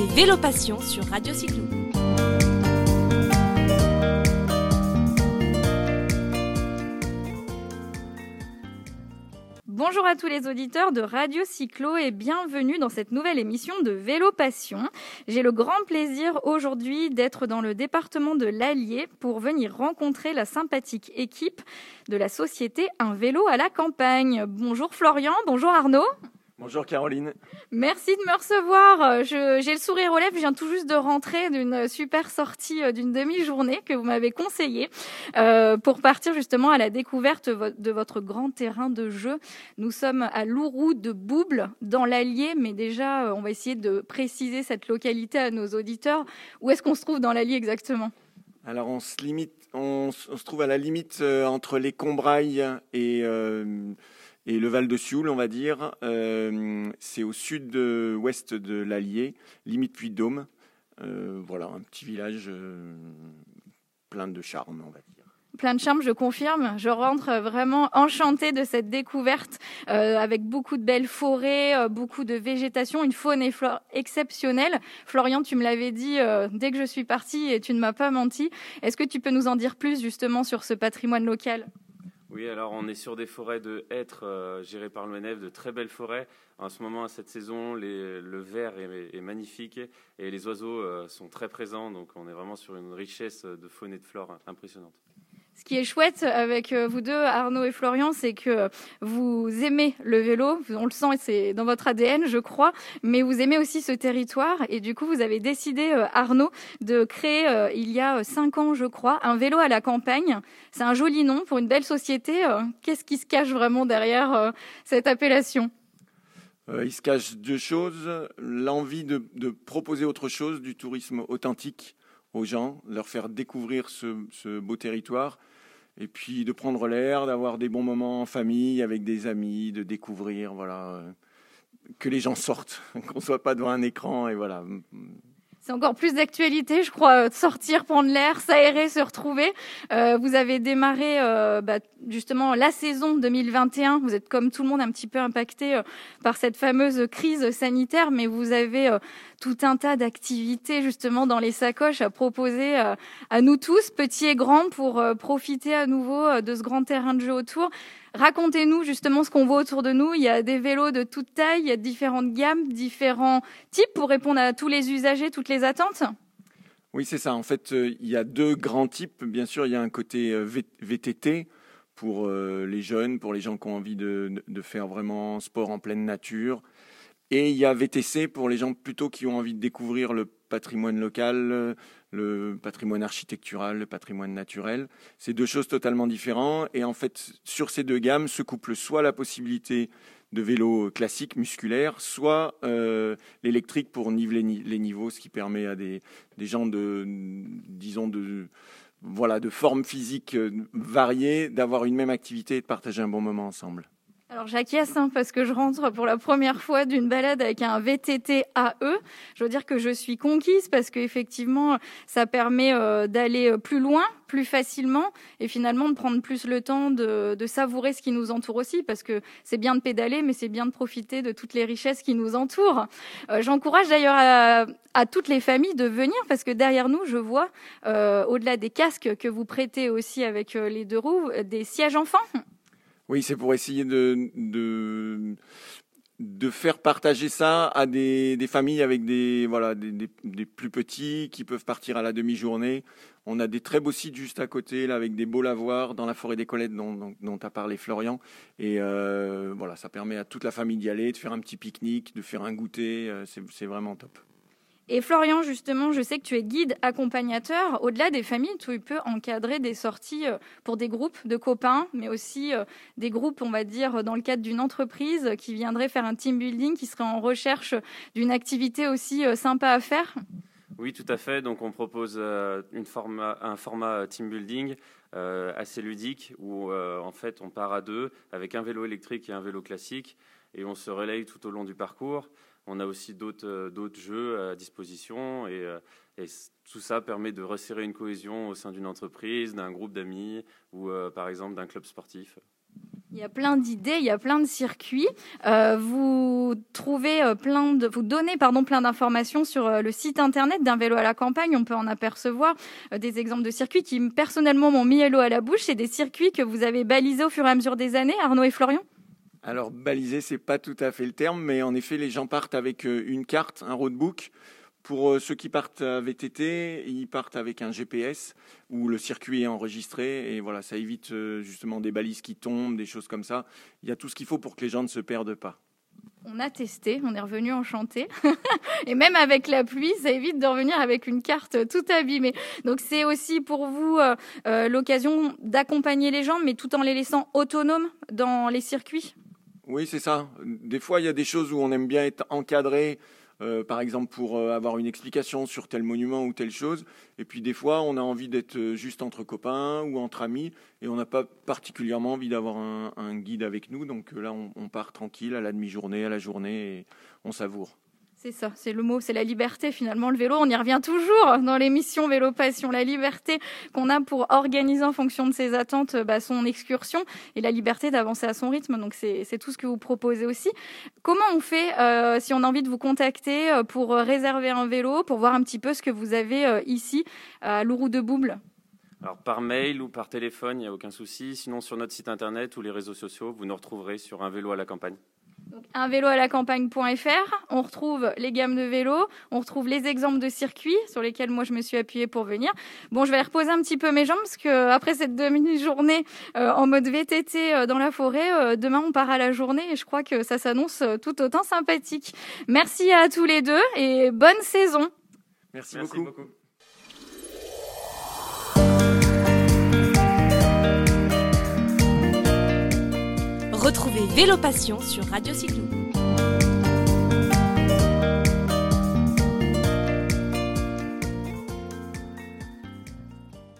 C'est Vélo Passion sur Radio Cyclo. Bonjour à tous les auditeurs de Radio Cyclo et bienvenue dans cette nouvelle émission de Vélo Passion. J'ai le grand plaisir aujourd'hui d'être dans le département de l'Allier pour venir rencontrer la sympathique équipe de la société Un Vélo à la Campagne. Bonjour Florian, bonjour Arnaud. Bonjour Caroline. Merci de me recevoir. J'ai le sourire aux lèvres, je viens tout juste de rentrer d'une super sortie d'une demi-journée que vous m'avez conseillée pour partir justement à la découverte de votre grand terrain de jeu. Nous sommes à Louroux de Bouble, dans l'Allier, mais déjà on va essayer de préciser cette localité à nos auditeurs. Où est-ce qu'on se trouve dans l'Allier exactement ? Alors on se trouve à la limite entre les Combrailles et le Val de Sioule, on va dire. C'est au sud-ouest de l'Allier, limite Puy-de-Dôme. Voilà, un petit village plein de charme, on va dire. Plein de charme, je confirme. Je rentre vraiment enchantée de cette découverte avec beaucoup de belles forêts, beaucoup de végétation, une faune et flore exceptionnelle. Florian, tu me l'avais dit dès que je suis partie et tu ne m'as pas menti. Est-ce que tu peux nous en dire plus justement sur ce patrimoine local ? Oui, alors on est sur des forêts de hêtres gérées par l'ONF, de très belles forêts. En ce moment, à cette saison, le vert est magnifique et les oiseaux sont très présents. Donc on est vraiment sur une richesse de faune et de flore impressionnante. Ce qui est chouette avec vous deux, Arnaud et Florian, c'est que vous aimez le vélo. On le sent, c'est dans votre ADN, je crois. Mais vous aimez aussi ce territoire. Et du coup, vous avez décidé, Arnaud, de créer, il y a 5 ans, je crois, Un Vélo à la Campagne. C'est un joli nom pour une belle société. Qu'est-ce qui se cache vraiment derrière cette appellation ? Il se cache 2 choses. L'envie de proposer autre chose, du tourisme authentique aux gens, leur faire découvrir ce beau territoire, et puis de prendre l'air, d'avoir des bons moments en famille, avec des amis, de découvrir, voilà, que les gens sortent, qu'on ne soit pas devant un écran, et voilà. C'est encore plus d'actualité, je crois, de sortir, prendre l'air, s'aérer, se retrouver. Vous avez démarré justement la saison 2021. Vous êtes comme tout le monde un petit peu impacté par cette fameuse crise sanitaire, mais vous avez tout un tas d'activités justement dans les sacoches à proposer à nous tous, petits et grands, pour profiter à nouveau de ce grand terrain de jeu autour. Racontez-nous justement ce qu'on voit autour de nous. Il y a des vélos de toute taille, il y a différentes gammes, différents types pour répondre à tous les usagers, toutes les attentes. Oui, c'est ça. En fait, il y a 2 grands types. Bien sûr, il y a un côté VTT pour les jeunes, pour les gens qui ont envie de faire vraiment sport en pleine nature. Et il y a VTC pour les gens plutôt qui ont envie de découvrir le patrimoine local, le patrimoine architectural, le patrimoine naturel. C'est 2 choses totalement différentes. Et en fait, sur ces 2 gammes se couple soit la possibilité de vélo classique, musculaire, soit l'électrique pour niveler les niveaux, ce qui permet à des gens de formes physiques variées d'avoir une même activité et de partager un bon moment ensemble. Alors j'acquiesce parce que je rentre pour la première fois d'une balade avec un VTT AE. Je veux dire que je suis conquise parce qu'effectivement ça permet d'aller plus loin, plus facilement et finalement de prendre plus le temps de savourer ce qui nous entoure aussi, parce que c'est bien de pédaler mais c'est bien de profiter de toutes les richesses qui nous entourent. J'encourage d'ailleurs à toutes les familles de venir, parce que derrière nous je vois au-delà des casques que vous prêtez aussi avec les 2 roues, des sièges enfants. Oui, c'est pour essayer de faire partager ça à des familles avec des plus petits qui peuvent partir à la demi-journée. On a des très beaux sites juste à côté, là, avec des beaux lavoirs dans la forêt des Colettes dont a parlé Florian. Et ça permet à toute la famille d'y aller, de faire un petit pique-nique, de faire un goûter. C'est vraiment top. Et Florian, justement, je sais que tu es guide accompagnateur. Au-delà des familles, tu peux encadrer des sorties pour des groupes de copains, mais aussi des groupes, on va dire, dans le cadre d'une entreprise qui viendrait faire un team building, qui serait en recherche d'une activité aussi sympa à faire. Oui, tout à fait. Donc on propose un format team building assez ludique où en fait on part à 2 avec un vélo électrique et un vélo classique et on se relaye tout au long du parcours. On a aussi d'autres jeux à disposition et tout ça permet de resserrer une cohésion au sein d'une entreprise, d'un groupe d'amis ou par exemple d'un club sportif. Il y a plein d'idées, il y a plein de circuits. Vous donnez plein d'informations sur le site internet d'un vélo à la campagne. On peut en apercevoir des exemples de circuits qui, personnellement, m'ont mis l'eau à la bouche. C'est des circuits que vous avez balisés au fur et à mesure des années, Arnaud et Florian ? Alors, baliser, c'est pas tout à fait le terme, mais en effet, les gens partent avec une carte, un roadbook. Pour ceux qui partent à VTT, ils partent avec un GPS où le circuit est enregistré et voilà, ça évite justement des balises qui tombent, des choses comme ça. Il y a tout ce qu'il faut pour que les gens ne se perdent pas. On a testé, on est revenu enchanté. Et même avec la pluie, ça évite de revenir avec une carte tout abîmée. Donc c'est aussi pour vous l'occasion d'accompagner les gens, mais tout en les laissant autonomes dans les circuits. Oui, c'est ça. Des fois, il y a des choses où on aime bien être encadré. Par exemple pour avoir une explication sur tel monument ou telle chose. Et puis des fois, on a envie d'être juste entre copains ou entre amis et on n'a pas particulièrement envie d'avoir un guide avec nous. Donc là, on part tranquille à la demi-journée, à la journée et on savoure. C'est ça, c'est le mot, c'est la liberté finalement. Le vélo, on y revient toujours dans l'émission Vélo Passion. La liberté qu'on a pour organiser en fonction de ses attentes son excursion et la liberté d'avancer à son rythme. Donc c'est tout ce que vous proposez aussi. Comment on fait si on a envie de vous contacter pour réserver un vélo, pour voir un petit peu ce que vous avez ici à Louroux de Bouble ? Alors par mail ou par téléphone, il n'y a aucun souci. Sinon sur notre site internet ou les réseaux sociaux, vous nous retrouverez sur Un vélo à la campagne. Donc, unvéloalacampagne.fr, on retrouve les gammes de vélos, on retrouve les exemples de circuits sur lesquels moi je me suis appuyée pour venir. Bon, je vais reposer un petit peu mes jambes parce que après cette demi-journée en mode VTT dans la forêt, demain on part à la journée et je crois que ça s'annonce tout autant sympathique. Merci à tous les deux et bonne saison. Merci beaucoup. Retrouvez Vélo Passion sur Radio Cyclo.